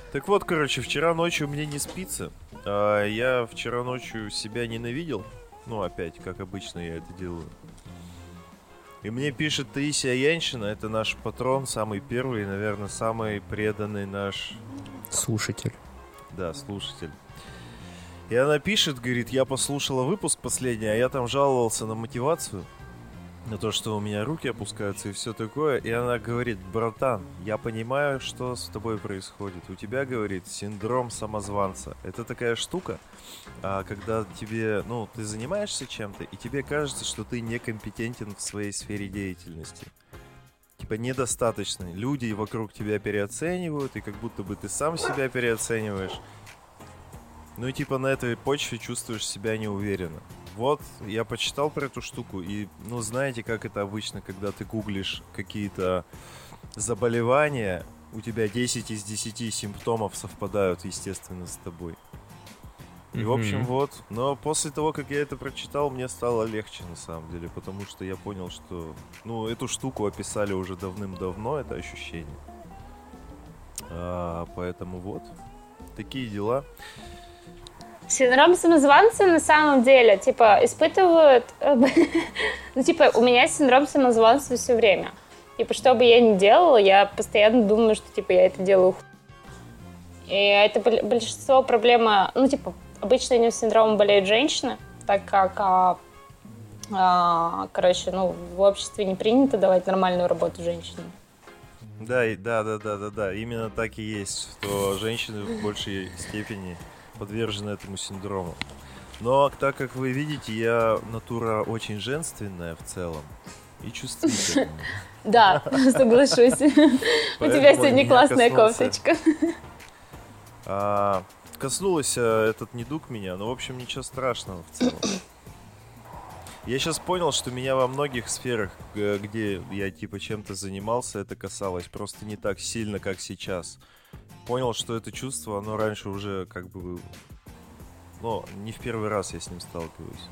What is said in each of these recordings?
Так вот, короче, вчера ночью мне не спится. Я вчера ночью себя ненавидел. Ну, опять, как обычно я это делаю. И мне пишет Таисия Яньшина, это наш патрон, самый первый, наверное, самый преданный наш... Слушатель. Да, слушатель. И она пишет, говорит, я послушала выпуск последний, а я там жаловался на мотивацию, на то, что у меня руки опускаются и все такое. И она говорит, братан, я понимаю, что с тобой происходит. У тебя, говорит, синдром самозванца. Это такая штука, когда тебе, ну, ты занимаешься чем-то, и тебе кажется, что ты некомпетентен в своей сфере деятельности. Типа недостаточно. Люди вокруг тебя переоценивают, и как будто бы ты сам себя переоцениваешь. Ну и типа на этой почве чувствуешь себя неуверенно. Вот, я почитал про эту штуку, и, ну, знаете, как это обычно, когда ты гуглишь какие-то заболевания, у тебя 10 из 10 симптомов совпадают, естественно, с тобой. И, в общем, вот. Но после того, как я это прочитал, мне стало легче, на самом деле, потому что я понял, что, ну, эту штуку описали уже давным-давно, это ощущение. Поэтому вот, такие дела. Синдром самозванца на самом деле, типа, испытывают... Ну, типа, у меня синдром самозванца все время. Типа, что бы я ни делала, я постоянно думаю, что, типа, я это делаю. И это большинство проблемы... Ну, типа, обычно этим синдромом болеют женщины, так как, короче, ну, в обществе не принято давать нормальную работу женщинам. Да. Именно так и есть, что женщины в большей степени подвержены этому синдрому. Но так как вы видите, я натура очень женственная в целом и чувствительная. Да, соглашусь. У тебя сегодня классная кофточка. Коснулся этот недуг меня, но, в общем, ничего страшного в целом. Я сейчас понял, что меня во многих сферах, где я типа чем-то занимался, это касалось просто не так сильно, как сейчас. Понял, что это чувство, оно раньше уже как бы... Ну, не в первый раз я с ним сталкиваюсь.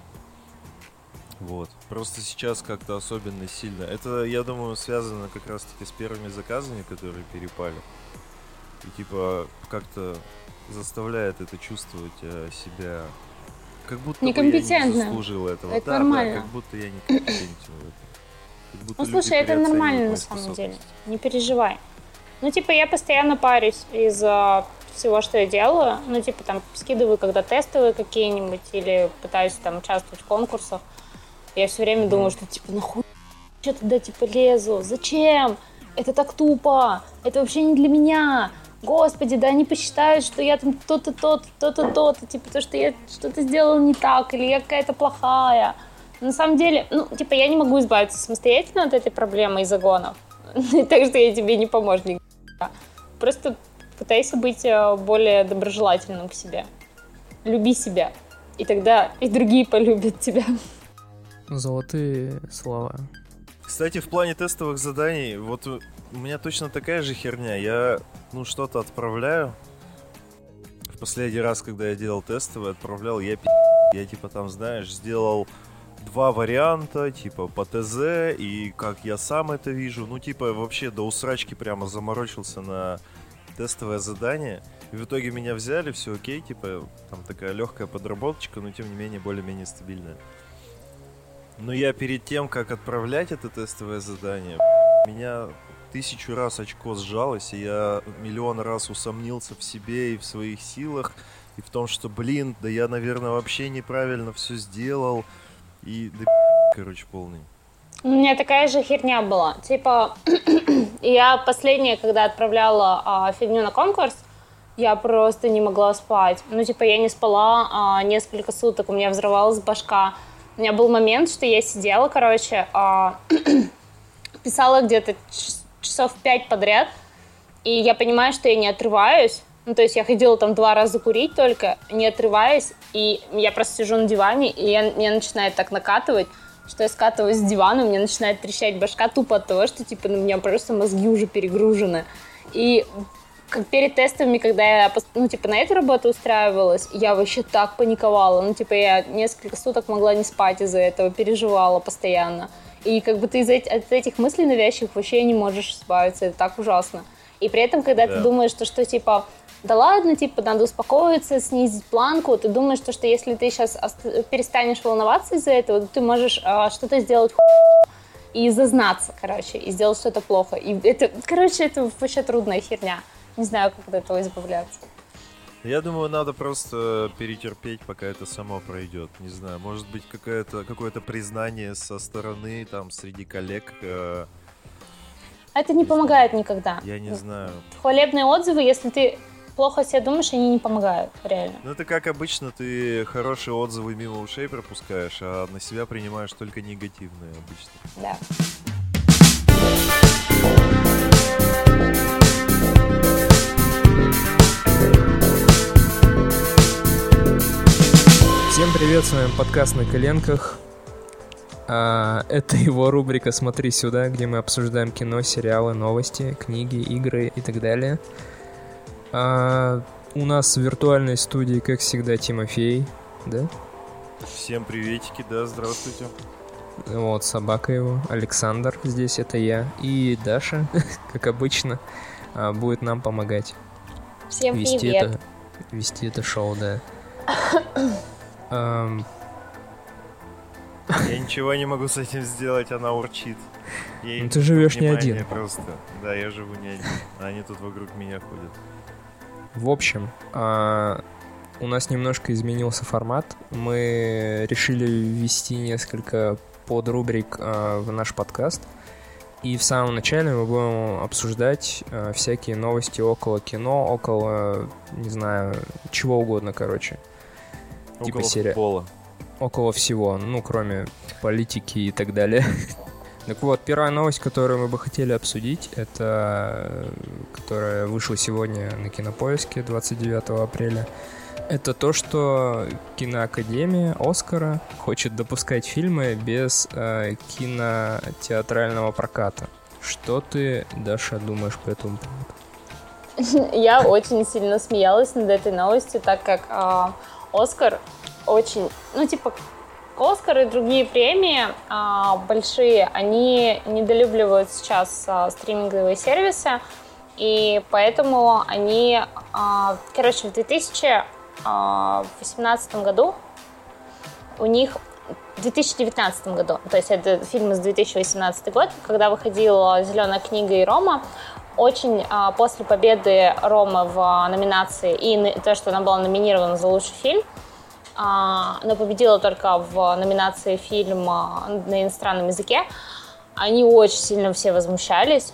Вот. Просто сейчас как-то особенно сильно. Это, я думаю, связано как раз-таки с первыми заказами, которые перепали. И типа как-то заставляет это чувствовать себя... Как будто бы я не заслужил этого. Это нормально. Да, как будто я не компетентен в этом. Ну, слушай, это нормально на самом деле. Не переживай. Ну, типа, я постоянно парюсь из-за всего, что я делаю. Ну, типа, там, скидываю, когда тестовые какие-нибудь, или пытаюсь там участвовать в конкурсах. Я все время думаю, что, типа, нахуй что туда, типа, лезу? Зачем? Это так тупо. Это вообще не для меня. Господи, да они посчитают, что я там то-то, типа, то, что я что-то сделала не так, или я какая-то плохая. Но на самом деле, ну, типа, я не могу избавиться самостоятельно от этой проблемы из загонов. Так что я тебе не помощник. Просто пытайся быть более доброжелательным к себе. Люби себя. И тогда и другие полюбят тебя. Золотые слова. Кстати, в плане тестовых заданий, вот у меня точно такая же херня. Я, ну, что-то отправляю. В последний раз, когда я делал тестовые, отправлял, я типа там, знаешь, сделал 2 варианта, типа по ТЗ, и как я сам это вижу. Ну, типа, вообще до усрачки прямо заморочился на тестовое задание. И в итоге меня взяли, все окей, типа, там такая легкая подработочка, но тем не менее более-менее стабильная. Но я перед тем, как отправлять это тестовое задание, меня 1000 раз очко сжалось, и я миллион раз усомнился в себе и в своих силах, и в том, что, блин, да я, наверное, вообще неправильно все сделал, и да короче, полный. У меня такая же херня была. Типа, я последняя, когда отправляла фигню на конкурс, я просто не могла спать. Ну, типа, я не спала несколько суток, у меня взрывалась башка. У меня был момент, что я сидела, короче, писала где-то часов 5 подряд, и я понимаю, что я не отрываюсь. Ну, то есть я ходила там 2 раза курить только, не отрываясь, и я просто сижу на диване, и меня начинает так накатывать, что я скатываюсь с дивана, у меня начинает трещать башка тупо от того, что, типа, у меня просто мозги уже перегружены. И как перед тестами, когда я, ну, типа, на эту работу устраивалась, я вообще так паниковала. Ну, типа, я несколько суток могла не спать из-за этого, переживала постоянно. И как бы ты от этих мыслей навязчивых вообще не можешь избавиться, это так ужасно. И при этом, когда ты думаешь, что, типа, да ладно, типа, надо успокоиться, снизить планку. Ты думаешь, что если ты сейчас перестанешь волноваться из-за этого, то ты можешь что-то сделать и зазнаться, короче, и сделать что-то плохо. И это, короче, это вообще трудная херня. Не знаю, как от этого избавляться. Я думаю, надо просто перетерпеть, пока это само пройдет. Не знаю, может быть, какое-то признание со стороны, там, среди коллег. Это не помогает никогда. Я не знаю. Хвалебные отзывы, если ты плохо о себе думаешь, они не помогают, реально. Ну, это как обычно, ты хорошие отзывы мимо ушей пропускаешь, а на себя принимаешь только негативные обычно. Да. Всем привет, с вами подкаст «На коленках». Это его рубрика «Смотри сюда», где мы обсуждаем кино, сериалы, новости, книги, игры и так далее. У нас в виртуальной студии, как всегда, Тимофей, да? Всем приветики, да, здравствуйте. Вот, собака его, Александр здесь, это я. И Даша, как обычно, будет нам помогать. Всем привет. Вести это шоу, да. Я ничего не могу с этим сделать, она урчит. Ну ты живешь не один. Просто. Да, я живу не один. Они тут вокруг меня ходят. В общем, у нас немножко изменился формат. Мы решили ввести несколько подрубрик в наш подкаст. И в самом начале мы будем обсуждать всякие новости около кино, около, не знаю, чего угодно, короче. Около футбола. Около всего, ну, кроме политики и так далее. Так вот, первая новость, которую мы бы хотели обсудить, это которая вышла сегодня на Кинопоиске 29 апреля. Это то, что киноакадемия Оскара хочет допускать фильмы без кинотеатрального проката. Что ты, Даша, думаешь по этому поводу? Я очень сильно смеялась над этой новостью, так как Оскар очень, Оскар и другие премии большие, они недолюбливают сейчас стриминговые сервисы, и поэтому они, в 2018 году у них, в 2019 году, то есть это фильм из 2018 год, когда выходила «Зеленая книга» и «Рома», очень после победы Ромы в номинации и то, что она была номинирована за лучший фильм, но победила только в номинации фильм на иностранном языке. Они очень сильно все возмущались,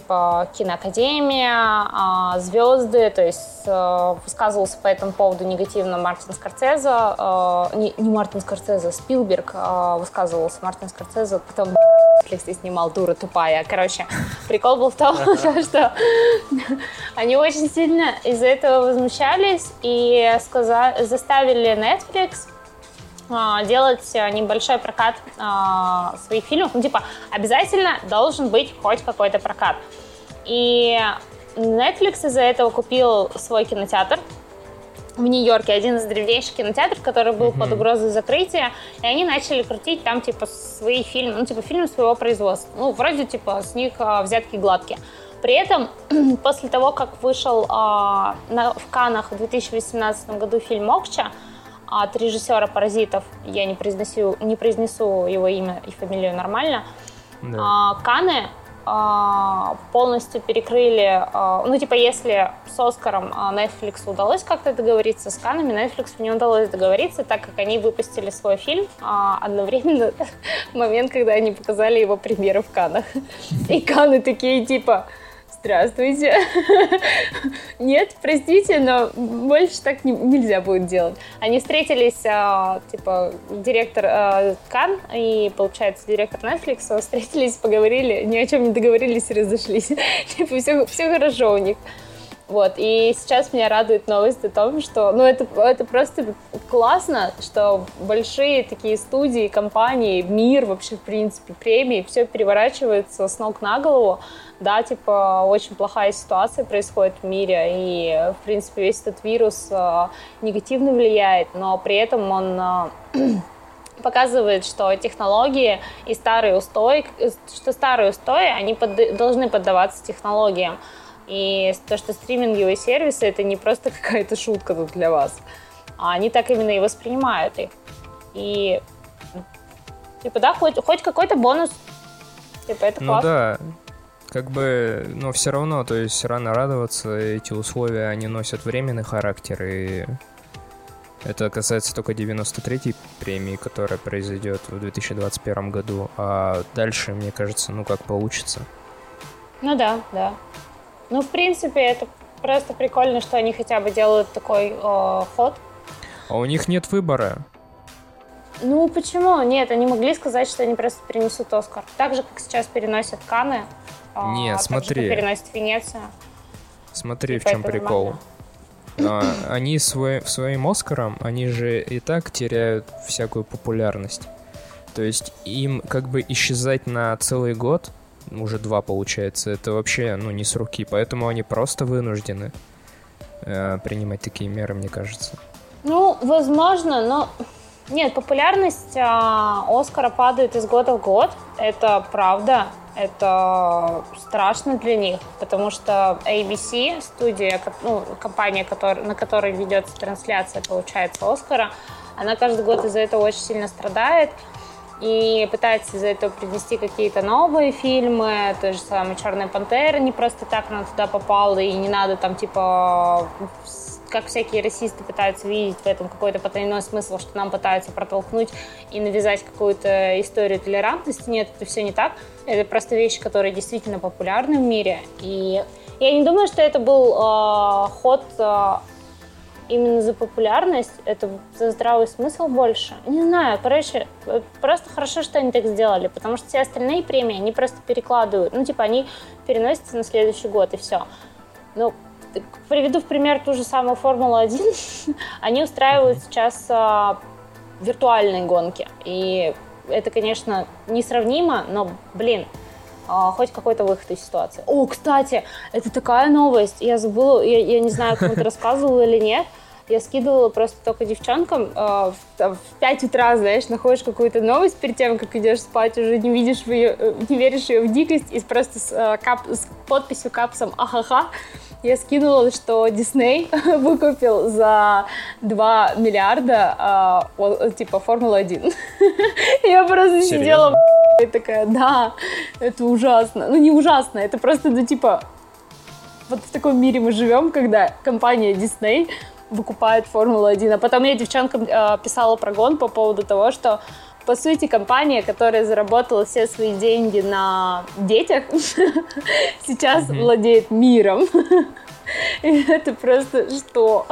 киноакадемия, звезды, то есть высказывался по этому поводу негативно Мартин Скорсезе, не Мартин Скорсезе, Спилберг высказывался, Мартин Скорсезе, потом Netflix снимал, дура тупая. Короче, прикол был в том, что они очень сильно из-за этого возмущались и заставили Netflix делать небольшой прокат своих фильмов. Обязательно должен быть хоть какой-то прокат. И Netflix из-за этого купил свой кинотеатр в Нью-Йорке, один из древнейших кинотеатров, который был под угрозой закрытия, и они начали крутить там, свои фильмы, фильмы своего производства. Вроде, с них взятки гладкие. При этом, после того, как вышел в Каннах в 2018 году фильм «Мокча» от режиссера «Паразитов», я не произнесу его имя и фамилию нормально, да. Канны полностью перекрыли, если с Оскаром Netflix удалось как-то договориться, с Каннами Netflix не удалось договориться, так как они выпустили свой фильм одновременно в момент, когда они показали его премьеру в Каннах. И Канны такие здравствуйте. Нет, простите, но больше так нельзя будет делать. Они встретились, директор Канн и, получается, директор Netflix встретились, поговорили, ни о чем не договорились и разошлись. Все хорошо у них. Вот, и сейчас меня радует новость о том, что, это просто классно, что большие такие студии, компании, мир вообще, в принципе, премии, все переворачивается с ног на голову, да, очень плохая ситуация происходит в мире, и, в принципе, весь этот вирус негативно влияет, но при этом он показывает, что технологии и старые устои, они должны поддаваться технологиям. И то, что стриминговые сервисы, это не просто какая-то шутка тут для вас, а они так именно и воспринимают их. И, типа, да, хоть какой-то бонус, типа, это классно. Ну да, как бы, но все равно, то есть рано радоваться, эти условия, они носят временный характер, и это касается только 93-й премии, которая произойдет в 2021 году, а дальше, мне кажется, ну как получится. Ну да. Ну, в принципе, это просто прикольно, что они хотя бы делают такой ход. А у них нет выбора. Ну, почему? Нет, они могли сказать, что они просто перенесут Оскар. Так же, как сейчас переносят Канны. Нет, смотри. Так же, как переносят Венецию. Смотри, типа, в чем прикол. Они своим Оскаром, они же и так теряют всякую популярность. То есть им как бы исчезать на целый год, уже 2 получается, это вообще, ну, не с руки. Поэтому они просто вынуждены принимать такие меры, мне кажется. Ну, возможно, но... Нет, популярность Оскара падает из года в год. Это правда. Это страшно для них, потому что ABC, студия, ну, компания, на которой ведется трансляция, получается, Оскара, она каждый год из-за этого очень сильно страдает и пытается из-за этого принести какие-то новые фильмы. То же самое «Черная пантера» не просто так она туда попала, и не надо там типа... как всякие расисты пытаются видеть в этом какой-то потайной смысл, что нам пытаются протолкнуть и навязать какую-то историю толерантности. Нет, это все не так. Это просто вещи, которые действительно популярны в мире. И я не думаю, что это был ход именно за популярность. Это за здравый смысл больше. Не знаю, короче, просто хорошо, что они так сделали, потому что все остальные премии, они просто перекладывают. Ну, типа, они переносятся на следующий год, и все. Ну, приведу в пример ту же самую Формулу-1. Они устраивают сейчас виртуальные гонки. И это, конечно, несравнимо, но, блин, хоть какой-то выход из ситуации. О, кстати, это такая новость. Я забыла, я не знаю, кому-то рассказывала или нет. Я скидывала просто только девчонкам в 5 утра, знаешь, находишь какую-то новость перед тем, как идешь спать, уже не веришь ее в дикость, и просто с подписью капсом «Ахаха» я скинула, что Дисней выкупил за 2 миллиарда типа Формулу-1. Я просто сидела и такая, да, это ужасно. Ну, не ужасно, это просто, ну, типа, вот в таком мире мы живем, когда компания Дисней выкупает Формулу-1. А потом я девчонкам писала прогон по поводу того, что, по сути, компания, которая заработала все свои деньги на детях, сейчас владеет миром. И это просто что?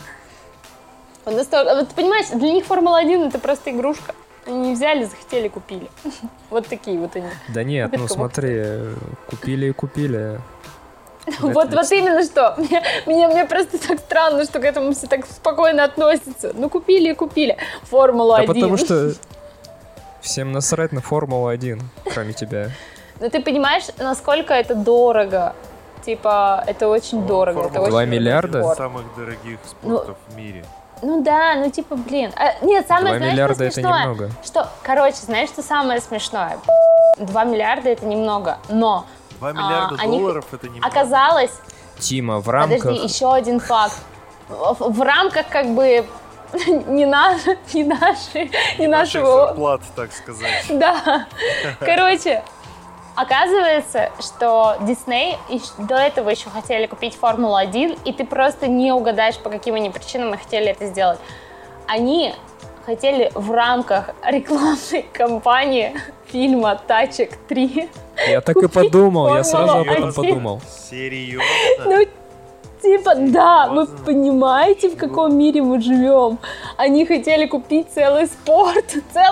Вот понимаешь, для них Формула-1 это просто игрушка. Они не взяли, захотели, купили. Вот такие вот они. Да нет, ну смотри, купили и купили. Вот именно что. Мне просто так странно, что к этому все так спокойно относятся. Ну, купили и купили. Формулу-1. Да потому что всем насрать на Формулу-1, кроме тебя. Но ты понимаешь, насколько это дорого? Типа, это очень дорого. 2 миллиарда? Один из самых дорогих спортов в мире. Ну да, ну типа, блин. Нет, самое, 2 миллиарда это немного. Короче, знаешь, что самое смешное? 2 миллиарда это немного, но... 2 миллиарда долларов это немного. Оказалось... Тима, в рамках... Подожди, еще один факт. В рамках как бы не нашего... зарплаты, так сказать. Да. Короче, оказывается, что Дисней до этого еще хотели купить Формулу-1, и ты просто не угадаешь, по каким они причинам они хотели это сделать. Они хотели в рамках рекламной кампании фильма «Тачек 3». Я так и подумал, я сразу об этом подумал. Серьезно? Ну, типа, да, вы понимаете, в каком мире мы живем? Они хотели купить целый спорт,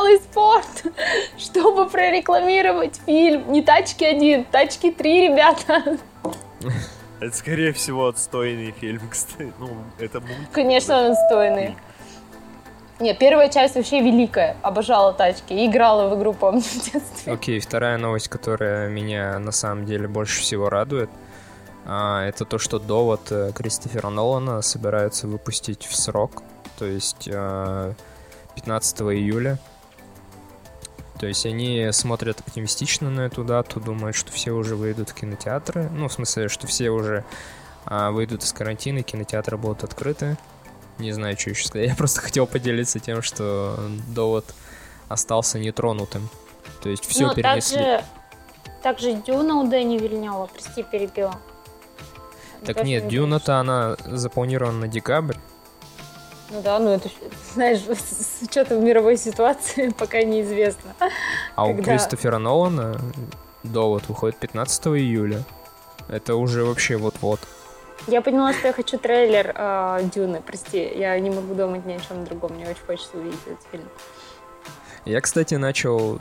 чтобы прорекламировать фильм. Не «Тачки 1», «Тачки 3», ребята. Это, скорее всего, отстойный фильм, кстати. Ну, это мультик. Конечно, он отстойный. Не, первая часть вообще великая. Обожала тачки. И играла в игру, помню, в детстве. Окей, вторая новость, которая меня на самом деле больше всего радует, это то, что «Довод» Кристофера Нолана собираются выпустить в срок, то есть 15 июля. То есть они смотрят оптимистично на эту дату, думают, что все уже выйдут в кинотеатры. Ну, в смысле, что все уже выйдут из карантина, кинотеатры будут открыты. Не знаю, что еще сказать. Я просто хотел поделиться тем, что довод остался нетронутым. То есть все перенесли. Также Дюна у Дэни Вильнёва, прости, перебила. Так нет, Дюна-то она запланирована на декабрь. Ну да, это, знаешь, с учетом мировой ситуации пока неизвестно. А у Кристофера Нолана довод выходит 15 июля. Это уже вообще вот-вот. Я поняла, что я хочу трейлер Дюны, прости. Я не могу думать ни о чем другом, мне очень хочется увидеть этот фильм. Я, кстати, начал...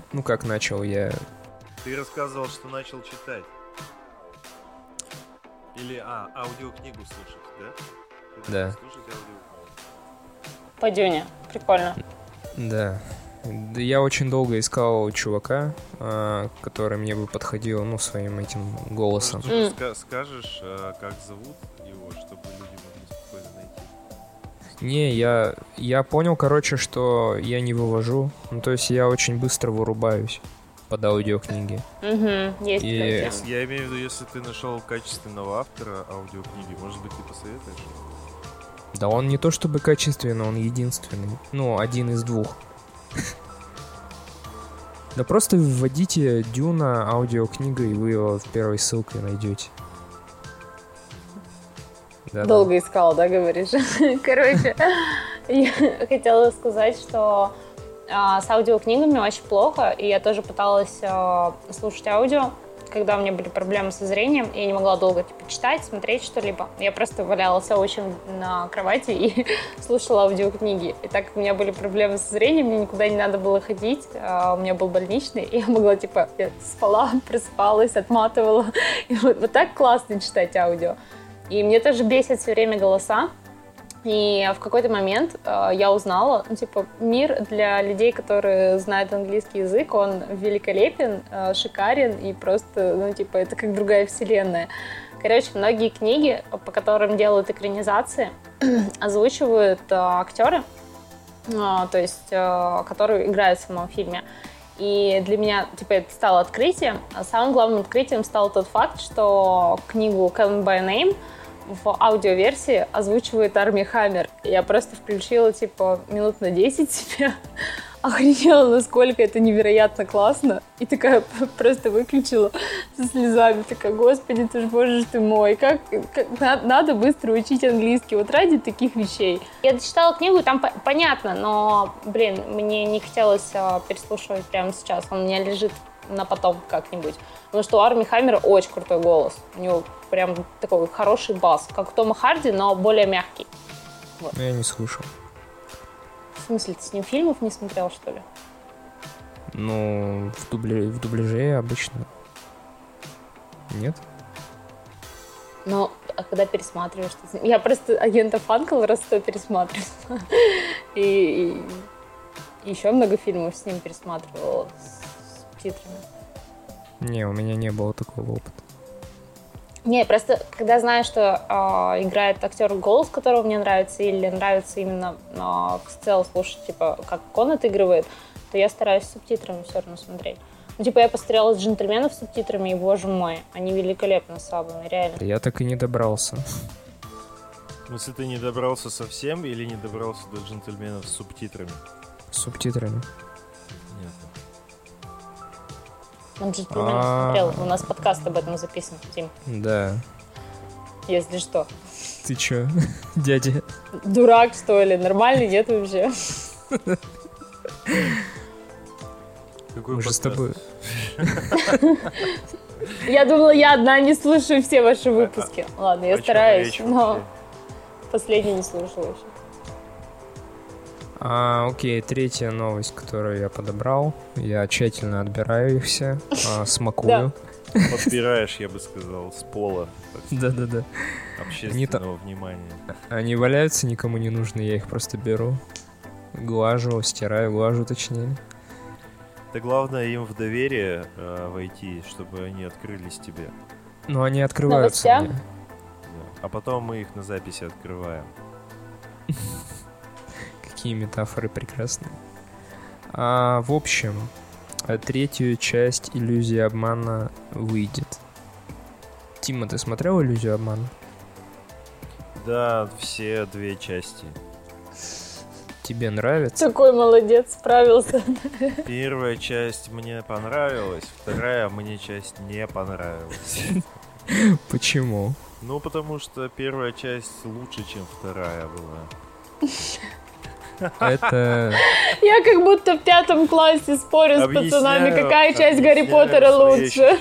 Ты рассказывал, что начал читать. Или, аудиокнигу слушать, да? Да. Слушать аудиокнигу. По Дюне, прикольно. Да. Я очень долго искал чувака, который мне бы подходил, своим этим голосом. Скажешь, как зовут его, чтобы люди могли спокойно найти? Не, я понял, что я не вывожу. То есть я очень быстро вырубаюсь под аудиокниги. Есть. Я имею в виду, если ты нашел качественного автора аудиокниги, может быть, ты посоветуешь? Да он не то чтобы качественный, он единственный. Один из двух. Да просто вводите Дюна аудиокнига, и вы его в первой ссылке найдете. Долго искал, да, говоришь? Короче, я хотела сказать, что с аудиокнигами очень плохо, и я тоже пыталась слушать аудио, когда у меня были проблемы со зрением, и я не могла долго читать, смотреть что-либо. Я просто валялась овощем на кровати и слушала аудиокниги. И так как у меня были проблемы со зрением, мне никуда не надо было ходить, у меня был больничный, и я могла, я спала, просыпалась, отматывала. И вот так классно читать аудио. И мне тоже бесит все время голоса. И в какой-то момент я узнала, мир для людей, которые знают английский язык, он великолепен, шикарен и просто, это как другая вселенная. Короче, многие книги, по которым делают экранизации, озвучивают актеры, то есть, которые играют в самом фильме. И для меня, это стало открытием. А самым главным открытием стал тот факт, что книгу Call Me By Name в аудиоверсии озвучивает Арми Хаммер. Я просто включила, минут на 10 себе, охренела, насколько это невероятно классно. И такая просто выключила со слезами. Такая, господи, ты ж, боже ты мой, как надо быстро учить английский вот ради таких вещей. Я дочитала книгу, там понятно, но, мне не хотелось переслушивать прямо сейчас. Он у меня лежит на потом как-нибудь. Потому что у Арми Хаммера очень крутой голос. У него прям такой хороший бас, как у Тома Харди, но более мягкий. Вот. Я не слушал. В смысле, ты с ним фильмов не смотрел, что ли? В дубляже обычно. Нет? А когда пересматриваешь? Я просто Агента Фанкл раз 100 пересматривала. И еще много фильмов с ним пересматривала с титрами. Не, у меня не было такого опыта. Не, просто когда знаю, что играет актер, голос которого мне нравится, или нравится именно в целом слушать, как он отыгрывает, то я стараюсь с субтитрами все равно смотреть. Я посмотрела «Джентльменов» с субтитрами, и, боже мой, они великолепны с сабами, реально. Я так и не добрался. В смысле, ты не добрался совсем или не добрался до «Джентльменов» с субтитрами? С субтитрами. Нет. Он «Джентльменов» смотрел, у нас подкаст об этом записан, Тим. Да. Если что. Ты чё, дядя? Дурак, что ли? Нормальный, нет вообще? Какой мы же с тобой... Я думала, я одна не слушаю все ваши выпуски. Ладно, я стараюсь, но последний не слушала еще. Окей, третья новость, которую я подобрал. Я тщательно отбираю их все, смакую. Подбираешь, я бы сказал, с пола. Да-да-да. Общественного внимания. Они валяются, никому не нужны, я их просто беру. Глажу, глажу точнее. Да главное им в доверие войти, чтобы они открылись тебе. Ну, они открываются мне. А потом мы их на записи открываем. Какие метафоры прекрасные. В общем, А третью часть «Иллюзии обмана» выйдет. Тима, ты смотрел «Иллюзию обмана»? Да, все 2 части. Тебе нравится? Такой молодец, справился. Первая часть мне понравилась, вторая мне часть не понравилась. Почему? Ну, потому что первая часть лучше, чем вторая была. Это... Я как будто в 5 классе спорю с пацанами, какая часть Гарри Поттера лучше.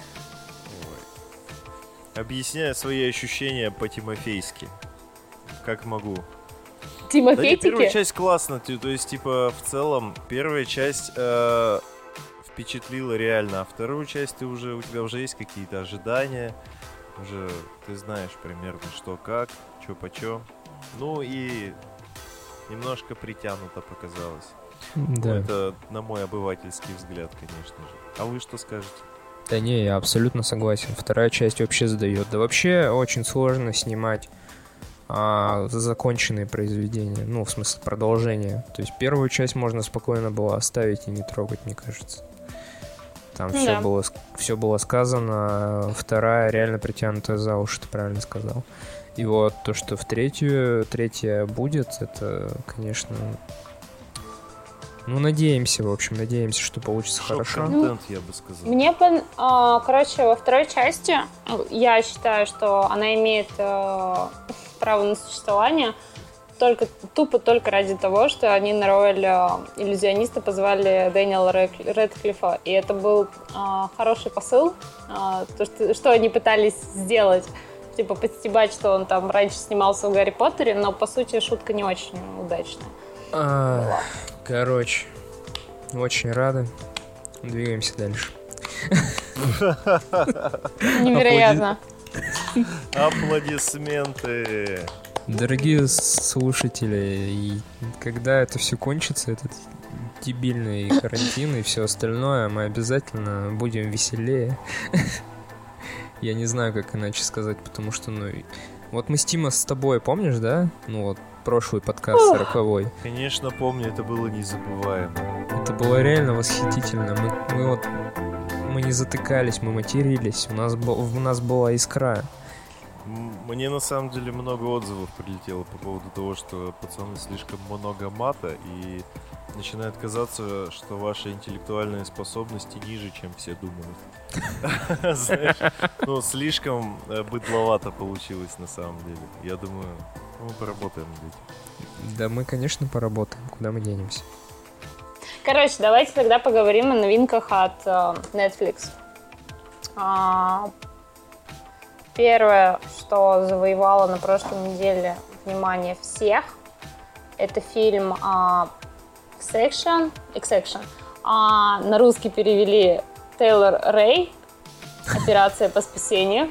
Объясняю свои ощущения по-тимофейски. Как могу. Тимофейтики? Да, первая часть классно, то есть, типа, в целом, первая часть впечатлила реально, а вторую часть у тебя уже есть какие-то ожидания, уже ты знаешь примерно что как, что почем. Ну и немножко притянуто показалось. Да. Ну, это на мой обывательский взгляд, конечно же. А вы что скажете? Да не, я абсолютно согласен. Вторая часть вообще сдает. Да вообще очень сложно снимать законченные произведения. Ну, в смысле, продолжение. То есть первую часть можно спокойно было оставить и не трогать, мне кажется. Там все было сказано, а вторая реально притянутая за уши, ты правильно сказал. И вот то, что в третья будет, это, конечно... Ну, надеемся, в общем, что получится хорошо. Шок-контент, я бы сказал. Мне, короче, во второй части я считаю, что она имеет право на существование только ради того, что они на роль иллюзиониста позвали Дэниела Рэдклиффа. И это был хороший посыл, что они пытались сделать. Типа подстебать, что он там раньше снимался в Гарри Поттере, но по сути шутка не очень удачная. Короче, очень рады. Двигаемся дальше. Невероятно. Аплодисменты. Дорогие слушатели, и когда это все кончится, этот дебильный карантин и все остальное, мы обязательно будем веселее. Я не знаю, как иначе сказать, потому что, вот мы с Тима с тобой, помнишь, да? Ну вот, прошлый подкаст 40-й. Конечно, помню, это было незабываемо. Это было реально восхитительно. Мы не затыкались, мы матерились, у нас была искра. Мне на самом деле много отзывов прилетело по поводу того, что пацаны слишком много мата, и начинает казаться, что ваши интеллектуальные способности ниже, чем все думают. Знаешь, слишком быдловато получилось на самом деле. Я думаю, мы поработаем над этим. Да мы, конечно, поработаем. Куда мы денемся? Короче, давайте тогда поговорим о новинках от Netflix. Первое, что завоевало на прошлой неделе внимание всех, это фильм Extraction. На русский перевели Тейлор Рэй. Операция по спасению.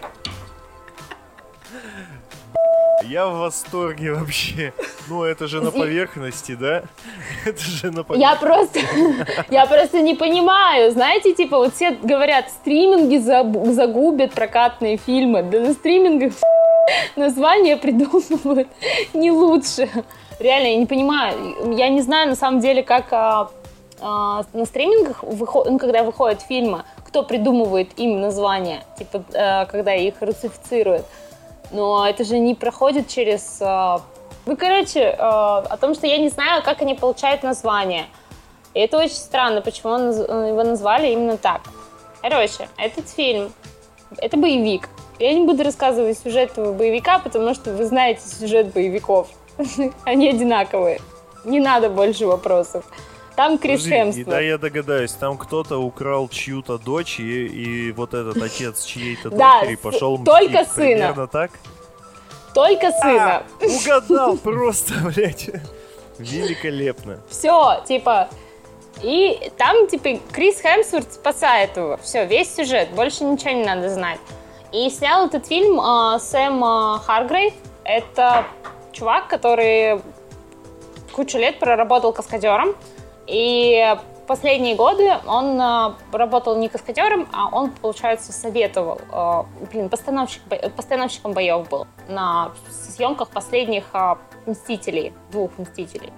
Я в восторге вообще. Это же на поверхности, да? Это же на поверхности. Я просто не понимаю. Знаете, типа, вот все говорят, стриминги загубят прокатные фильмы. Да на стримингах названия придумывают не лучше. Реально, я не понимаю. Я не знаю, на самом деле, как на стримингах, когда выходят фильмы, кто придумывает им названия, типа, когда их русифицируют. Но это же не проходит через... о том, что я не знаю, как они получают название. И это очень странно, почему его назвали именно так. Короче, этот фильм, это боевик. Я не буду рассказывать сюжет этого боевика, потому что вы знаете сюжет боевиков. Они одинаковые. Не надо больше вопросов. Там Крис Хемсворт. Да, я догадаюсь, там кто-то украл чью-то дочь, и вот этот отец чьей-то дочери пошел мстить. Только сына. Примерно так? Только сына. Угадал просто, блядь. Великолепно. Все, типа... И там, типа, Крис Хемсворт спасает его. Все, весь сюжет, больше ничего не надо знать. И снял этот фильм Сэм Харгрейв. Это чувак, который кучу лет проработал каскадером. И последние годы он работал не каскадером, а он, получается, советовал. Постановщиком боев был на съемках последних «Мстителей», 2 «Мстителей».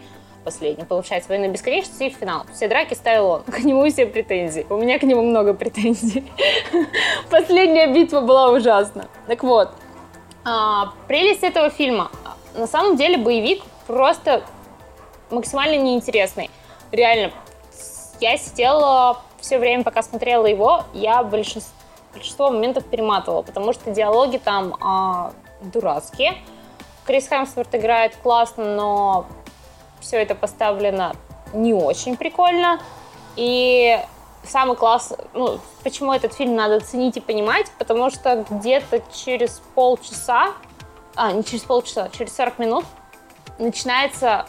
последний. Получается, «Война бесконечности» и финал. Все драки ставил он. К нему все претензии. У меня к нему много претензий. Последняя битва была ужасна. Так вот, прелесть этого фильма. На самом деле боевик просто максимально неинтересный. Реально. Я сидела все время, пока смотрела его, я большинство моментов перематывала, потому что диалоги там дурацкие. Крис Хемсворт играет классно, но все это поставлено не очень прикольно. И самый класс, почему этот фильм надо ценить и понимать, потому что где-то через полчаса, не через полчаса, через 40 минут начинается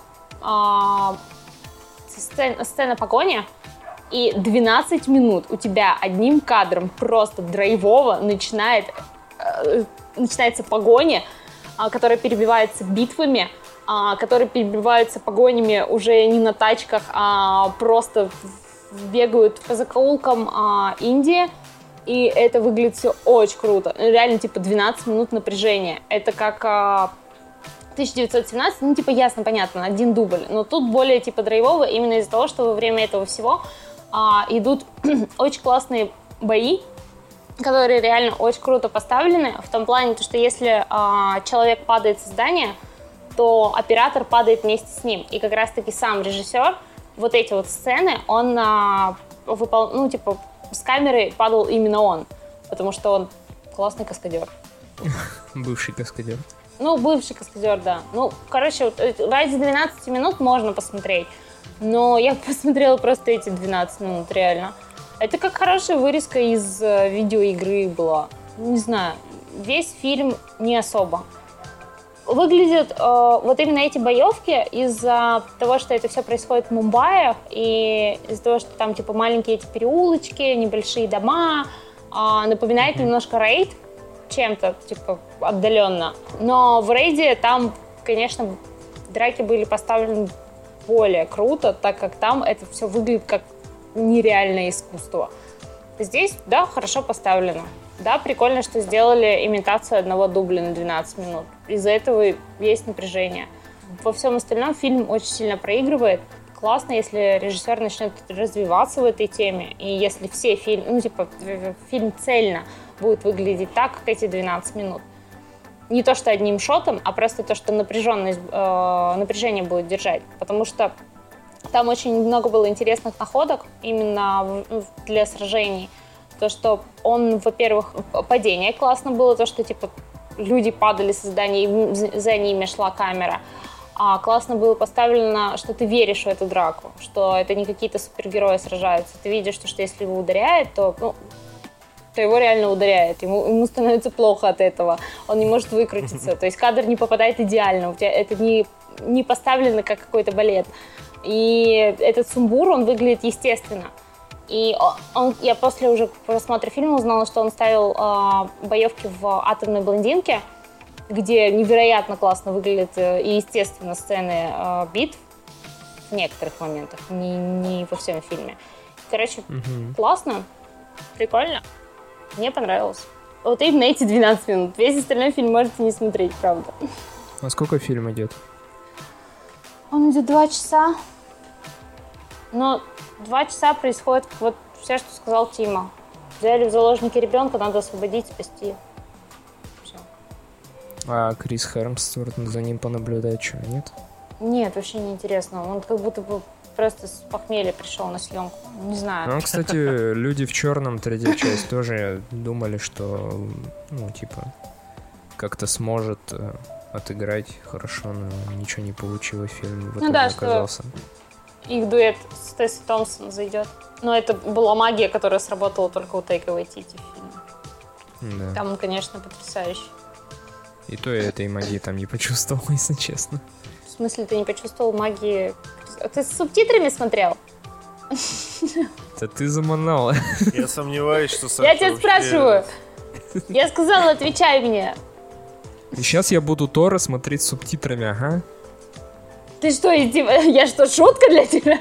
сцена погони, и 12 минут у тебя одним кадром просто драйвово начинается погоня, которая перебивается битвами, которые перебиваются погонями уже не на тачках, а просто бегают по закоулкам Индии. И это выглядит все очень круто. Реально, 12 минут напряжения. Это как 1917, ясно, понятно, один дубль. Но тут более, драйвово именно из-за того, что во время этого всего идут очень классные бои, которые реально очень круто поставлены. В том плане, что если человек падает со здания, то оператор падает вместе с ним. И как раз-таки сам режиссер вот эти вот сцены, он с камеры падал именно он. Потому что он классный каскадер. Бывший каскадер. Бывший каскадер, да. Ради 12 минут можно посмотреть. Но я посмотрела просто эти 12 минут, реально. Это как хорошая вырезка из видеоигры была. Не знаю, весь фильм не особо. Выглядят вот именно эти боевки из-за того, что это все происходит в Мумбаи, и из-за того, что там маленькие эти переулочки, небольшие дома, напоминает немножко рейд чем-то, отдаленно. Но в рейде там, конечно, драки были поставлены более круто, так как там это все выглядит как нереальное искусство. Здесь, да, хорошо поставлено. Да, прикольно, что сделали имитацию одного дубля на 12 минут. Из-за этого есть напряжение. Во всем остальном фильм очень сильно проигрывает. Классно, если режиссер начнет развиваться в этой теме, и если все фильм цельно будет выглядеть так, как эти 12 минут. Не то, что одним шотом, а просто то, что напряжение будет держать. Потому что там очень много было интересных находок именно для сражений. То, что он, во-первых, падение классно было, то, что люди падали со здания, и за ними шла камера. А классно было поставлено, что ты веришь в эту драку, что это не какие-то супергерои сражаются. Ты видишь, что если его ударяет, то его реально ударяет. Ему становится плохо от этого. Он не может выкрутиться. То есть кадр не попадает идеально. У тебя это не поставлено как какой-то балет. И этот сумбур, он выглядит естественно. И я после уже просмотра фильма узнала, что он ставил боевки в «Атомной блондинке», где невероятно классно выглядят и, естественно, сцены битв в некоторых моментах, не во всем фильме. Классно, прикольно, мне понравилось. Вот именно эти 12 минут. Весь остальной фильм можете не смотреть, правда. А сколько фильм идет? Он идет 2 часа. Но 2 часа происходит вот все, что сказал Тима. Взяли в заложники ребенка, надо освободить, спасти. Все. А Крис Хемсворт, за ним понаблюдать, что, нет? Нет, вообще не интересно. Он как будто бы просто с похмелья пришел на съемку. Не знаю. Кстати, люди в черном, третья часть, тоже думали, что, как-то сможет отыграть хорошо, но ничего не получилось, фильм в итоге оказался. Их дуэт с Тесси Томпсон зайдет. Но это была магия, которая сработала только у Тайка Вайтити в фильме. Да. Там он, конечно, потрясающий. И то я этой магии там не почувствовал, если честно. В смысле, ты не почувствовал магии? Ты с субтитрами смотрел? Да ты заманала. Я сомневаюсь, что Саша Я тебя спрашиваю. Я сказала, отвечай мне. И сейчас я буду Тора смотреть с субтитрами, ага. Ты что, я что, шутка для тебя?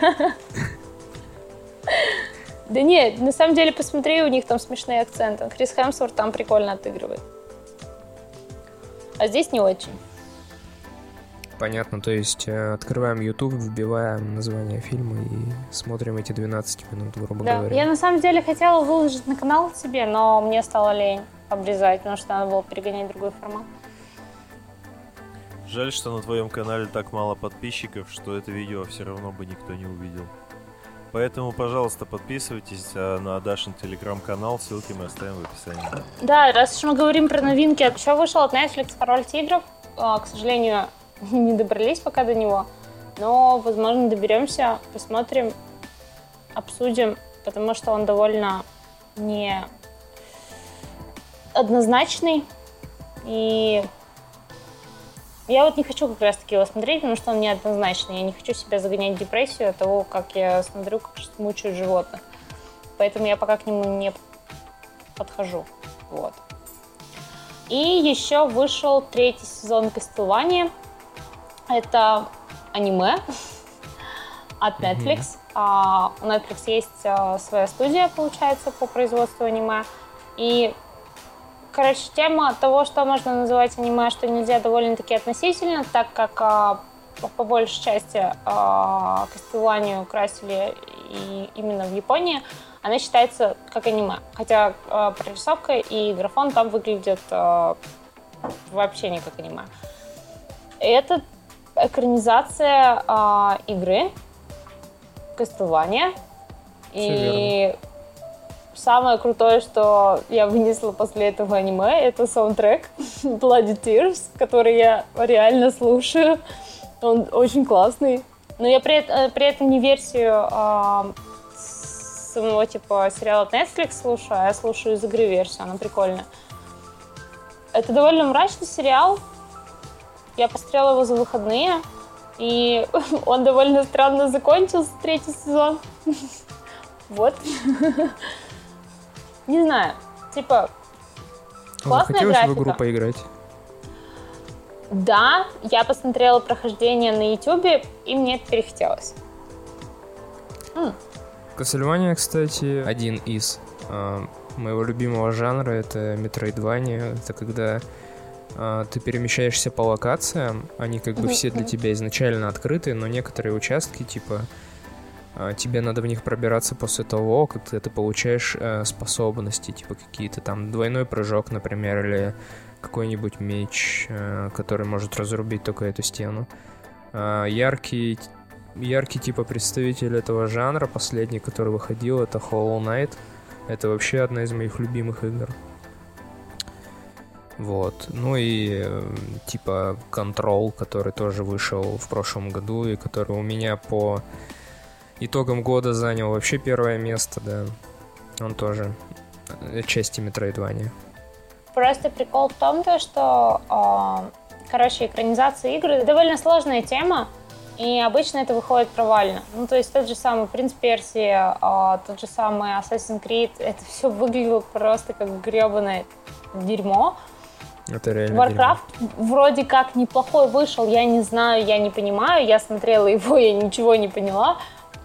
Да нет, на самом деле, посмотри, у них там смешные акценты. Крис Хемсворт там прикольно отыгрывает. А здесь не очень. Понятно, то есть открываем YouTube, вбиваем название фильма и смотрим эти 12 минут, грубо говоря. Я на самом деле хотела выложить на канал себе, но мне стало лень обрезать, потому что надо было перегонять другой формат. Жаль, что на твоем канале так мало подписчиков, что это видео все равно бы никто не увидел. Поэтому, пожалуйста, подписывайтесь на Дашин телеграм-канал, ссылки мы оставим в описании. Да, раз уж мы говорим про новинки, еще вышел от Netflix «Король тигров». К сожалению, не добрались пока до него, но, возможно, доберемся, посмотрим, обсудим, потому что он довольно неоднозначный, и я вот не хочу как раз-таки его смотреть, потому что он неоднозначный. Я не хочу себя загонять в депрессию от того, как я смотрю, как мучают животных. Поэтому я пока к нему не подхожу. Вот. И еще вышел 3-й сезон Castlevania. Это аниме от Netflix. У Netflix есть своя студия, получается, по производству аниме. И короче, тема того, что можно называть аниме, что нельзя, довольно-таки относительно, так как по большей части Castlevania красили именно в Японии, она считается как аниме. Хотя прорисовка и графон там выглядят вообще не как аниме. Это экранизация игры Castlevania. И самое крутое, что я вынесла после этого аниме, это саундтрек Bloody Tears, который я реально слушаю. Он очень классный. Но я при этом не версию самого типа сериала от Netflix слушаю, а я слушаю из игры версию, она прикольная. Это довольно мрачный сериал. Я посмотрела его за выходные, и он довольно странно закончился, 3-й сезон. Вот. Не знаю, типа, классная графика. Захотелось в игру поиграть? Да, я посмотрела прохождение на YouTube, и мне это перехотелось. Castlevania, кстати, один из моего любимого жанра, это Metroidvania. Это когда ты перемещаешься по локациям, они как бы все для тебя изначально открыты, но некоторые участки, типа, тебе надо в них пробираться после того, как ты получаешь способности, типа какие-то там двойной прыжок, например, или какой-нибудь меч, который может разрубить только эту стену. Яркий типа представитель этого жанра, последний, который выходил, это Hollow Knight. Это вообще одна из моих любимых игр. Вот. Ну и типа Control, который тоже вышел в прошлом году и который у меня по итогам года занял вообще первое место, да. Он тоже части Metroidvania. Просто прикол в том, что, экранизация игр — довольно сложная тема, и обычно это выходит провально. Ну, то есть тот же самый «Принц Персии», тот же самый Assassin's Creed, это все выглядело просто как гребаное дерьмо. Это реально Warcraft вроде как неплохой вышел, я не знаю, я не понимаю, я смотрела его, я ничего не поняла.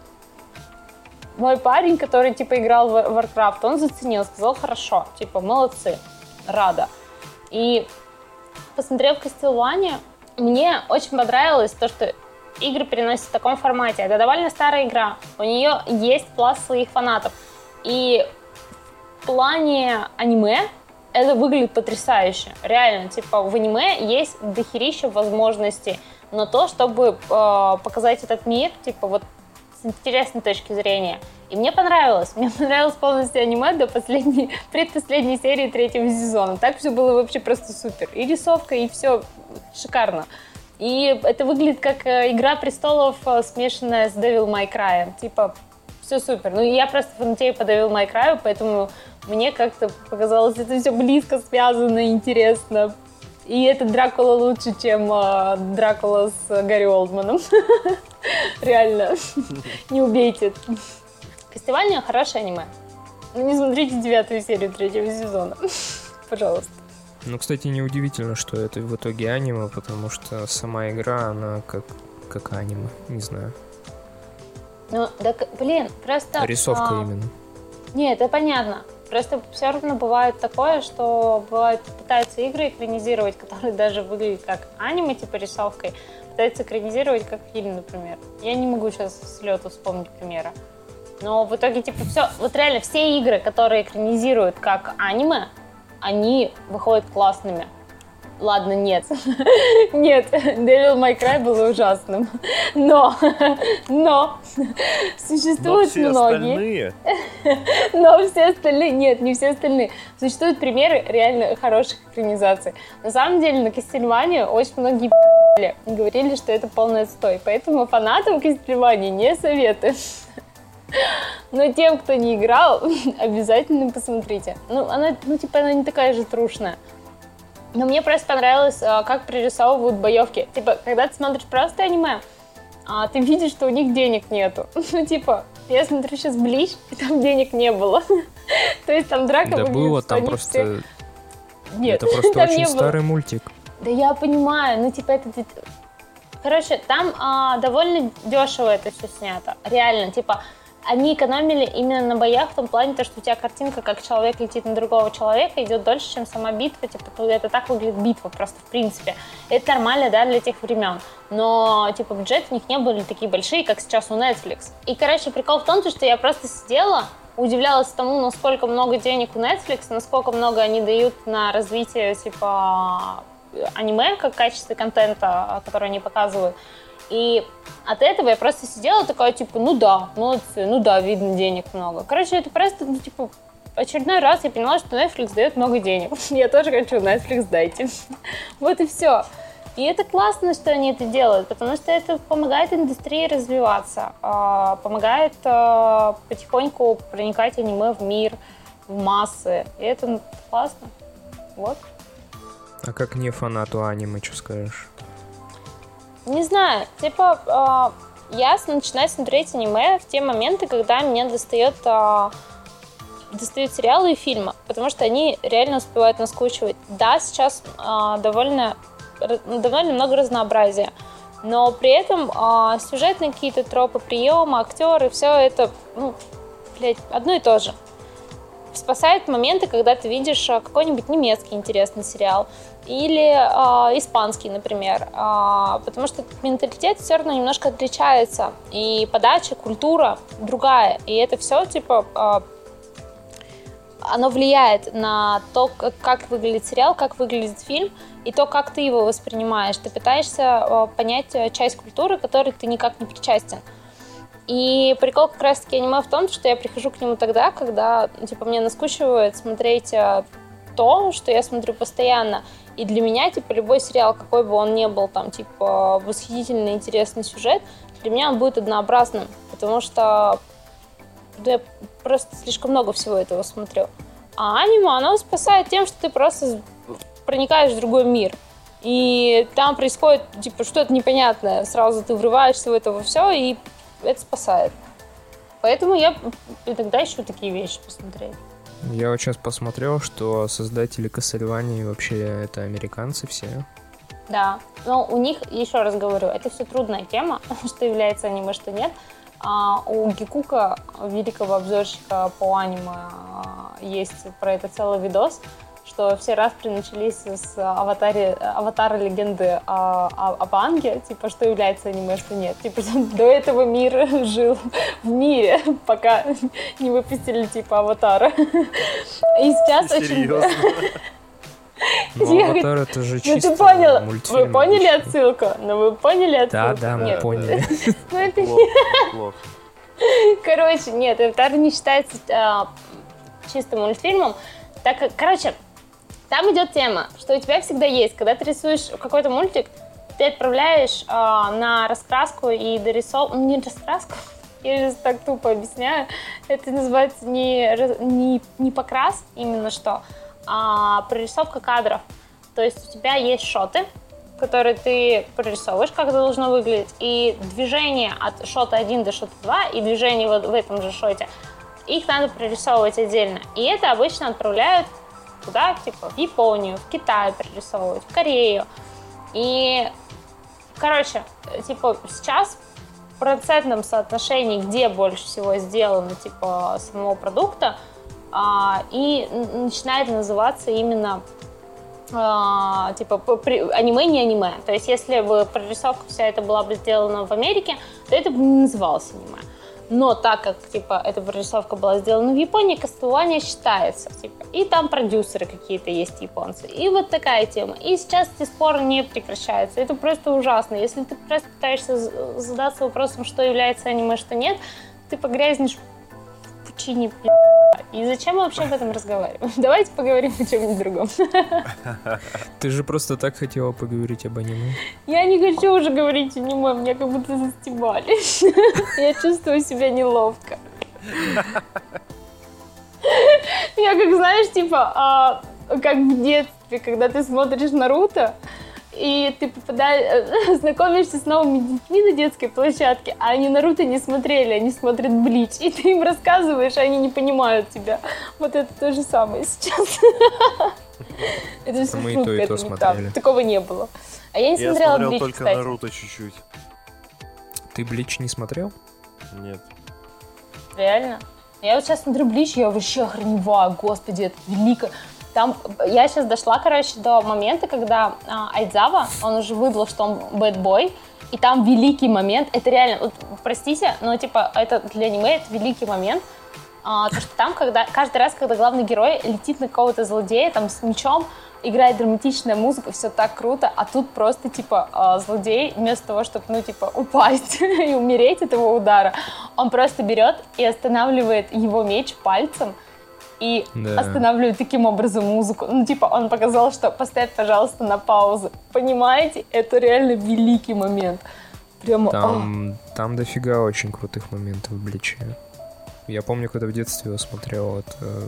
Мой парень, который, типа, играл в Warcraft, он заценил, сказал: хорошо, типа, молодцы, рада. И, посмотрев Castlevania, мне очень понравилось то, что игры переносят в таком формате. Это довольно старая игра, у нее есть пласт своих фанатов. И в плане аниме это выглядит потрясающе. Реально, типа, в аниме есть дохерища возможностей на то, чтобы показать этот мир, типа, вот с интересной точки зрения. И мне понравилось. Мне понравилось полностью аниме до предпоследней серии 3-го сезона. Так все было вообще просто супер. И рисовка, и все шикарно. И это выглядит как «Игра престолов», смешанная с Devil May Cry. Типа, все супер. Ну, я просто фанатею по Devil May Cry, поэтому мне как-то показалось, это все близко связано, интересно. И этот Дракула лучше, чем Дракула с Гарри Олдманом. Реально. Не убейте. Castlevania — хорошее аниме. Не смотрите 9-ю серию 3-го сезона. Пожалуйста. Ну, кстати, неудивительно, что это в итоге аниме, потому что сама игра, она как аниме. Не знаю. Ну, так, блин, просто... Рисовка именно. Нет, это понятно. Просто все равно бывает такое, что бывает пытаются игры экранизировать, которые даже выглядят как аниме, типа рисовкой, пытаются экранизировать как фильм, например. Я не могу сейчас с лету вспомнить примера. Но в итоге, типа, все, вот реально все игры, которые экранизируют как аниме, они выходят классными. Ладно, нет. Нет, Devil May Cry было ужасным. Но существуют многие. Но все остальные, нет, не все остальные. Существуют примеры реально хороших экранизаций. На самом деле на Castlevania очень многие говорили, что это полный отстой. Поэтому фанатам Castlevania не советую. Но тем, кто не играл, обязательно посмотрите. Она не такая же трушная. Но мне просто понравилось, как прорисовывают боевки. Типа, когда ты смотришь просто аниме, ты видишь, что у них денег нету. Я смотрю сейчас Блич, и там денег не было. То есть там драка выглядит, было, там просто... Нет, это просто очень старый мультик. Да я понимаю, Короче, там довольно дешево это все снято. Реально, они экономили именно на боях в том плане, что у тебя картинка, как человек летит на другого человека, идет дольше, чем сама битва. Это так выглядит битва просто, в принципе. Это нормально, да, для тех времен. Но, бюджеты у них не были такие большие, как сейчас у Netflix. И, прикол в том, что я просто сидела, удивлялась тому, насколько много денег у Netflix, насколько много они дают на развитие, аниме, как качестве контента, который они показывают. И от этого я просто сидела такая, молодцы, видно, денег много. Это просто, очередной раз я поняла, что Netflix дает много денег. Я тоже хочу, Netflix дайте. Вот и все. И это классно, что они это делают, потому что это помогает индустрии развиваться, помогает потихоньку проникать аниме в мир, в массы. И это классно. Вот. А как не фанату аниме, что скажешь? Не знаю, я начинаю смотреть аниме в те моменты, когда мне достают сериалы и фильмы, потому что они реально успевают наскучивать. Да, сейчас довольно много разнообразия, но при этом сюжетные какие-то тропы, приемы, актеры, все это, одно и то же. Спасают моменты, когда ты видишь какой-нибудь немецкий интересный сериал или испанский, например, потому что менталитет все равно немножко отличается, и подача, культура другая, и это все, оно влияет на то, как выглядит сериал, как выглядит фильм, и то, как ты его воспринимаешь. Ты пытаешься понять часть культуры, к которой ты никак не причастен. И прикол как раз-таки аниме в том, что я прихожу к нему тогда, когда, мне наскучивает смотреть то, что я смотрю постоянно. И для меня, любой сериал, какой бы он ни был, восхитительный, интересный сюжет, для меня он будет однообразным, потому что я просто слишком много всего этого смотрю. А аниме, оно спасает тем, что ты просто проникаешь в другой мир. И там происходит, что-то непонятное. Сразу ты врываешься в это во все, и это спасает. Поэтому я иногда ищу такие вещи посмотреть. Я вот сейчас посмотрел, что создатели Castlevania вообще это американцы все. Да, но у них, еще раз говорю, это все трудная тема, что является аниме, что нет. У Гикука, великого обзорщика по аниме, есть про это целый видос, что все распри начались с аватара легенды об Аанге, что является аниме, что нет. До этого мир жил в мире, пока не выпустили аватара. И сейчас Серьезно? Аватар это же чисто мультфильм. Вы поняли отсылку? Вы поняли отсылку? Да, мы поняли. Ну это Плохо. Короче, нет, Аватар не считается чистым мультфильмом. Там идет тема, что у тебя всегда есть, когда ты рисуешь какой-то мультик, ты отправляешь на раскраску и дорисовку, не раскраску, я сейчас так тупо объясняю, это называется не покрас именно что, а прорисовка кадров. То есть у тебя есть шоты, которые ты прорисовываешь, как это должно выглядеть, и движение от шота 1 до шота 2, и движение в этом же шоте, их надо прорисовывать отдельно. И это обычно отправляют куда? В Японию, в Китай прорисовывать, в Корею. И, сейчас в процентном соотношении, где больше всего сделано, самого продукта, и начинает называться именно типа аниме не аниме. То есть если бы прорисовка вся это была бы сделана в Америке, то это бы не называлось аниме. Но так как, типа, эта прорисовка была сделана в Японии, Castlevania считается, типа, и там продюсеры какие-то есть японцы, и вот такая тема. И сейчас эти споры не прекращаются, это просто ужасно. Если ты просто пытаешься задаться вопросом, что является аниме, что нет, ты погрязнешь в пучине, и зачем мы вообще об этом разговариваем? Давайте поговорим о чем-нибудь другом. Ты же просто так хотела поговорить об аниме. Я не хочу уже говорить аниме, меня как будто застебали. Я чувствую себя неловко. Я как, знаешь, типа, как в детстве, когда ты смотришь Наруто, и ты знакомишься с новыми детьми на детской площадке, а они Наруто не смотрели, они смотрят Блич, и ты им рассказываешь, а они не понимают тебя. Вот это то же самое сейчас. Это все мы шутка, и это то не смотрели. так. Такого не было. А я не смотрела Я смотрел Блич, только кстати. Наруто чуть-чуть. Ты Блич не смотрел? Нет. Реально? Я вот сейчас смотрю Блич, я вообще охреневаю, господи, это велико. Там, я сейчас дошла, короче, до момента, когда Айдзава, он уже выдал, что он бэдбой, и там великий момент, это реально, вот, простите, но типа это для аниме это великий момент, то что там, когда каждый раз, когда главный герой летит на какого-то злодея, там с мечом, играет драматичная музыка, все так круто, а тут просто, типа, злодей, вместо того, чтобы, ну, типа, упасть и умереть от его удара, он просто берет и останавливает его меч пальцем, и останавливает таким образом музыку. Ну, типа, он показал, что поставь, пожалуйста, на паузу. Понимаете? Это реально великий момент. Прямо... Там дофига очень крутых моментов в Бличе. Я помню, когда в детстве его смотрел,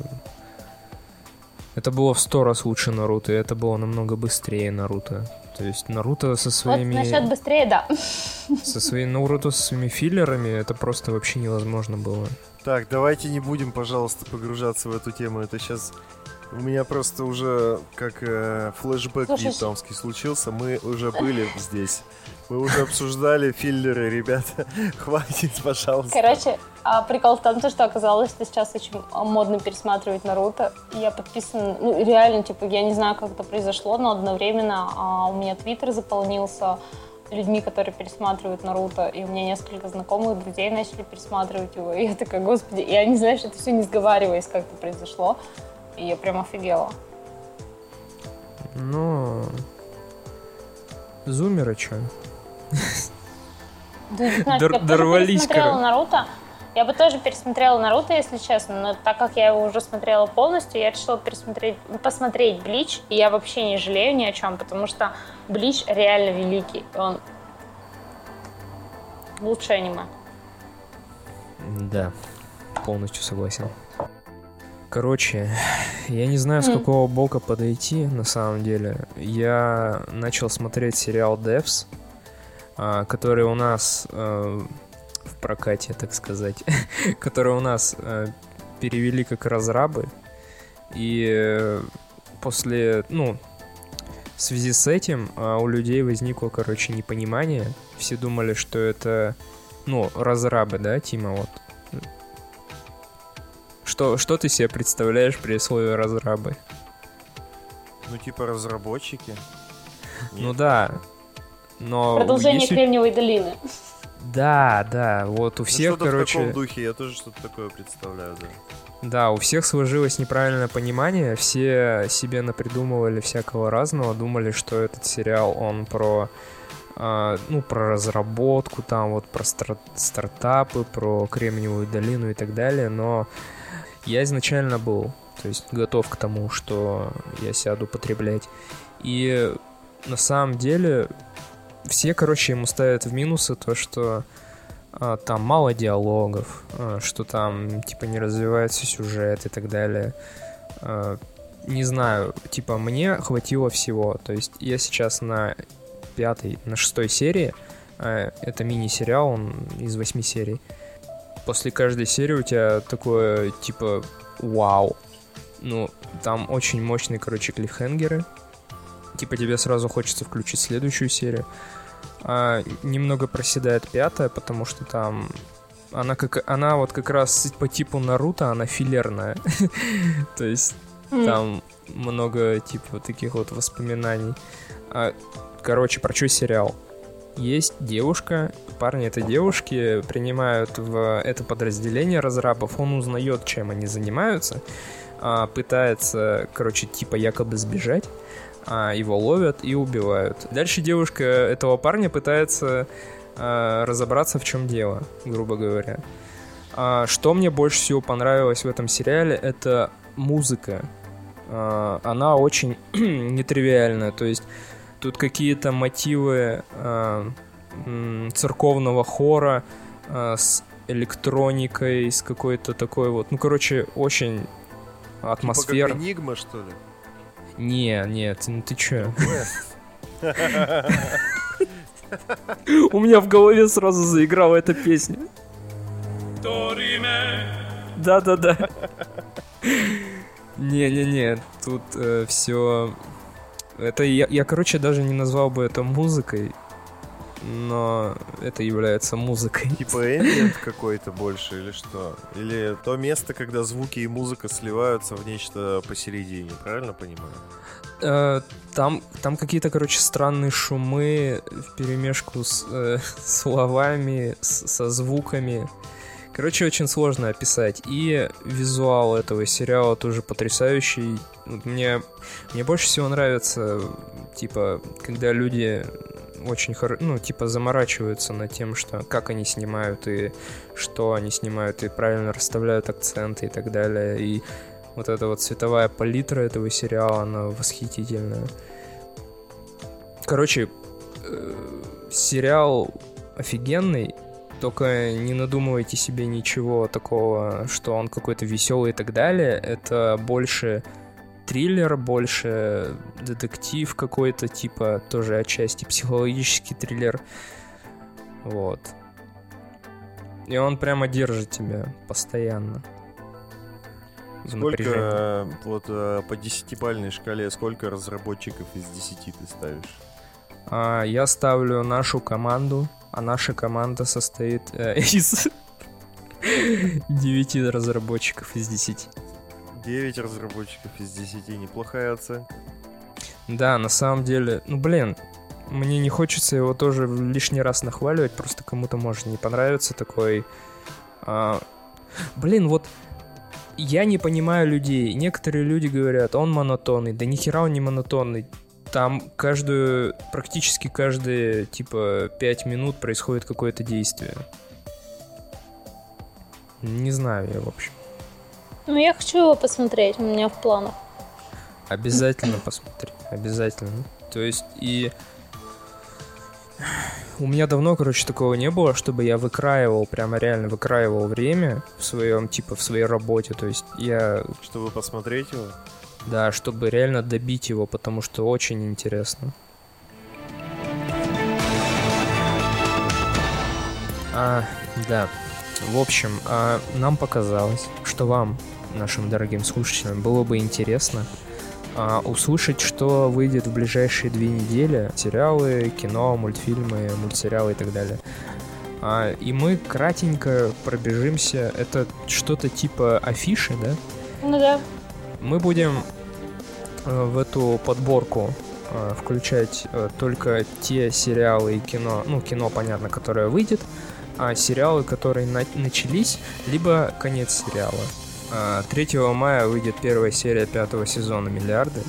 это было в 100 раз лучше Наруто, и это было намного быстрее Наруто. То есть Наруто со своими... Вот насчет быстрее, да. Наруто со своими филлерами, это просто вообще невозможно было. Так, давайте не будем, пожалуйста, погружаться в эту тему. Это сейчас у меня просто уже как флешбэк вьетнамский случился. Мы уже были здесь. Мы уже обсуждали филлеры, ребята. Хватит, пожалуйста. Короче, прикол в том, что оказалось, что сейчас очень модно пересматривать Наруто. Я подписана, ну реально, типа, я не знаю, как это произошло, но одновременно у меня Твиттер заполнился людьми, которые пересматривают Наруто, и у меня несколько знакомых друзей начали пересматривать его, и я такая, господи, и они, знаешь, это все не сговариваясь, как это произошло, и я прям офигела. Ну, зумеры, чё? Дорвались, короче. Я бы тоже пересмотрела Наруто, если честно, но так как я его уже смотрела полностью, я решила посмотреть Блич, и я вообще не жалею ни о чем, потому что Блич реально великий, он лучшее аниме. Да, полностью согласен. Короче, я не знаю, с какого бока подойти, на самом деле. Я начал смотреть сериал Devs, который у нас... в прокате, так сказать, которые у нас перевели как разрабы, и после, в связи с этим у людей возникло, короче, непонимание, все думали, что это, разрабы, да, Тима, вот. Что ты себе представляешь при слове разрабы? Ну, типа разработчики? Ну да, но... Продолжение Кремниевой долины. Да, вот у всех, короче... в таком духе, я тоже что-то такое представляю, да. Да, у всех сложилось неправильное понимание, все себе напридумывали всякого разного, думали, что этот сериал, он про разработку, там вот про стартапы, про Кремниевую долину и так далее, но я изначально был, то есть, готов к тому, что я сяду потреблять. И на самом деле... Все, короче, ему ставят в минусы то, что там мало диалогов, что там, типа, не развивается сюжет и так далее. Не знаю, типа, мне хватило всего. То есть я сейчас на 6-й серии, это мини-сериал, он из 8 серий. После каждой серии у тебя такое, типа, вау. Там очень мощные, короче, клиффхенгеры. Типа тебе сразу хочется включить следующую серию. Немного проседает 5-я, потому что там она вот как раз по типу Наруто, она филлерная. То есть там много, типа, таких вот воспоминаний. Короче, про что сериал? Есть девушка, парни этой девушки принимают в это подразделение разрабов, он узнает, чем они занимаются, пытается, короче, типа якобы сбежать, его ловят и убивают. Дальше девушка этого парня пытается разобраться, в чем дело, грубо говоря. Что мне больше всего понравилось в этом сериале, это музыка. Она очень нетривиальная, то есть тут какие-то мотивы церковного хора с электроникой, с какой-то такой вот... Ну, короче, очень атмосфера. Типа как Энигма, что ли? Нет, ну ты чё? У меня в голове сразу заиграла эта песня. Да. Не, тут все... Это я, короче, даже не назвал бы это музыкой, но это является музыкой. Типа эмбиент какой-то больше или что? Или то место, когда звуки и музыка сливаются в нечто посередине, правильно понимаю? Там какие-то, короче, странные шумы вперемешку с словами, со звуками. Короче, очень сложно описать. И визуал этого сериала тоже потрясающий. Мне больше всего нравится, типа, когда люди очень заморачиваются над тем, что как они снимают и что они снимают, и правильно расставляют акценты и так далее. И вот эта вот цветовая палитра этого сериала, она восхитительная. Короче, сериал офигенный. Только не надумывайте себе ничего такого, что он какой-то веселый и так далее. Это больше триллер, больше детектив какой-то, типа тоже отчасти психологический триллер. Вот. И он прямо держит тебя постоянно. Сколько, вот по 10-бальной шкале, сколько разработчиков из 10 ты ставишь? Я ставлю нашу команду. А наша команда состоит из 9 разработчиков из 10. 9 разработчиков из 10, неплохая оценка. Да, на самом деле, мне не хочется его тоже лишний раз нахваливать, просто кому-то может не понравиться такой... вот я не понимаю людей. Некоторые люди говорят, он монотонный, да нихера он не монотонный. Там практически каждые, 5 минут происходит какое-то действие. Не знаю я, в общем. Я хочу его посмотреть, у меня в планах. Обязательно посмотри, обязательно. То есть, и... У меня давно, такого не было, чтобы я прямо реально выкраивал время в своей работе. То есть я... Чтобы посмотреть его? Да, чтобы реально добить его, потому что очень интересно. Да. В общем, нам показалось, что вам, нашим дорогим слушателям, было бы интересно услышать, что выйдет в ближайшие 2 недели. Сериалы, кино, мультфильмы, мультсериалы и так далее. И мы кратенько пробежимся. Это что-то типа афиши, да? Ну да. Мы будем в эту подборку включать только те сериалы и кино, кино, понятно, которое выйдет, а сериалы, которые начались, либо конец сериала. 3 мая выйдет первая серия 5-го сезона «Миллиарды».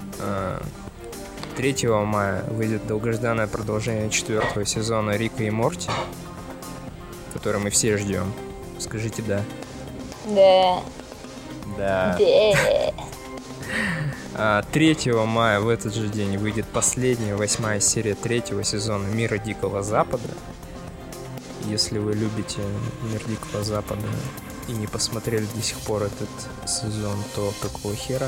3 мая выйдет долгожданное продолжение 4-го сезона «Рика и Морти», который мы все ждем. Скажите «да». Да. 3 мая в этот же день выйдет последняя 8-я серия 3-го сезона «Мира Дикого Запада». Если вы любите «Мир Дикого Запада» и не посмотрели до сих пор этот сезон, то какого хера?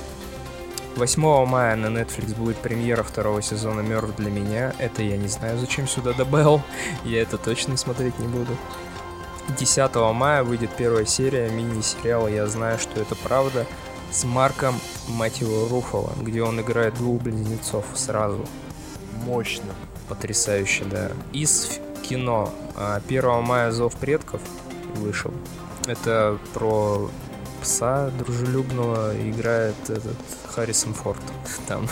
8 мая на Netflix будет премьера 2-го сезона «Мертв для меня». Это я не знаю, зачем сюда добавил. Я это точно смотреть не буду. 10 мая выйдет 1-я серия мини-сериала «Я знаю, что это правда» с Марком, мать его, Руффало, где он играет 2 близнецов сразу. Мощно. Потрясающе, да. Из кино 1 мая «Зов предков» вышел. Это про пса дружелюбного играет этот Харрисон Форд. Там.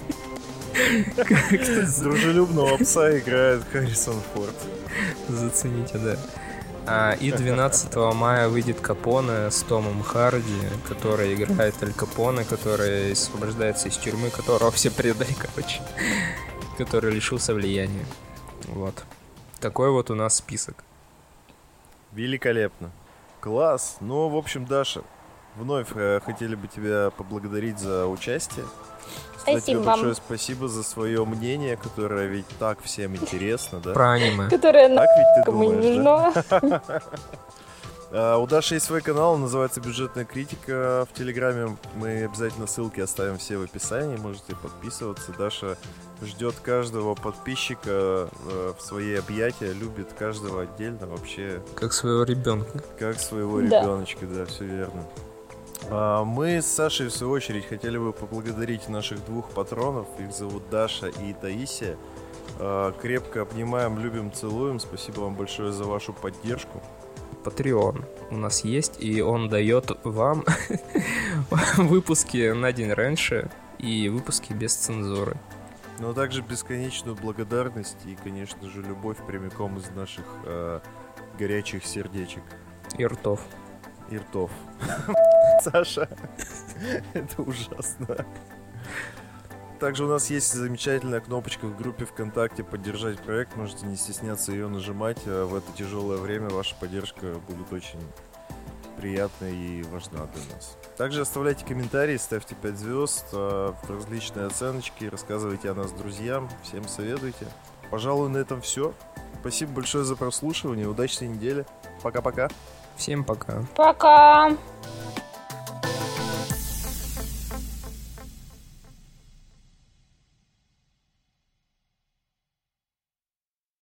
Дружелюбного пса играет Харрисон Форд. Зацените, да. И 12 мая выйдет Капоне с Томом Харди, который играет Аль Капоне, который освобождается из тюрьмы, которого все предали, короче. Который лишился влияния. Вот. Такой вот у нас список. Великолепно. Класс. Ну, в общем, Даша, вновь хотели бы тебя поблагодарить за участие. Спасибо вам. Большое спасибо за свое мнение, которое ведь так всем интересно, да? Про аниме. Которое Так ведь ты кому не думаешь, нужно. да? У Даши есть свой канал, называется «Бюджетная критика» в Телеграме. Мы обязательно ссылки оставим все в описании, можете подписываться. Даша ждет каждого подписчика в свои объятия, любит каждого отдельно вообще. Как своего ребенка. Как своего ребеночка, да, все верно. Мы с Сашей, в свою очередь, хотели бы поблагодарить наших двух патронов. Их зовут Даша и Таисия. Крепко обнимаем, любим, целуем. Спасибо вам большое за вашу поддержку. Patreon у нас есть, и он дает вам выпуски на день раньше и выпуски без цензуры. Но также бесконечную благодарность и, конечно же, любовь прямиком из наших горячих сердечек. И ртов. И ртов. Саша, это ужасно. Также у нас есть замечательная кнопочка в группе ВКонтакте «Поддержать проект». Можете не стесняться ее нажимать. В это тяжелое время ваша поддержка будет очень приятна и важна для нас. Также оставляйте комментарии, ставьте 5 звезд, различные оценочки, рассказывайте о нас друзьям, всем советуйте. Пожалуй, на этом все. Спасибо большое за прослушивание, удачной недели. Пока-пока. Всем пока. Пока.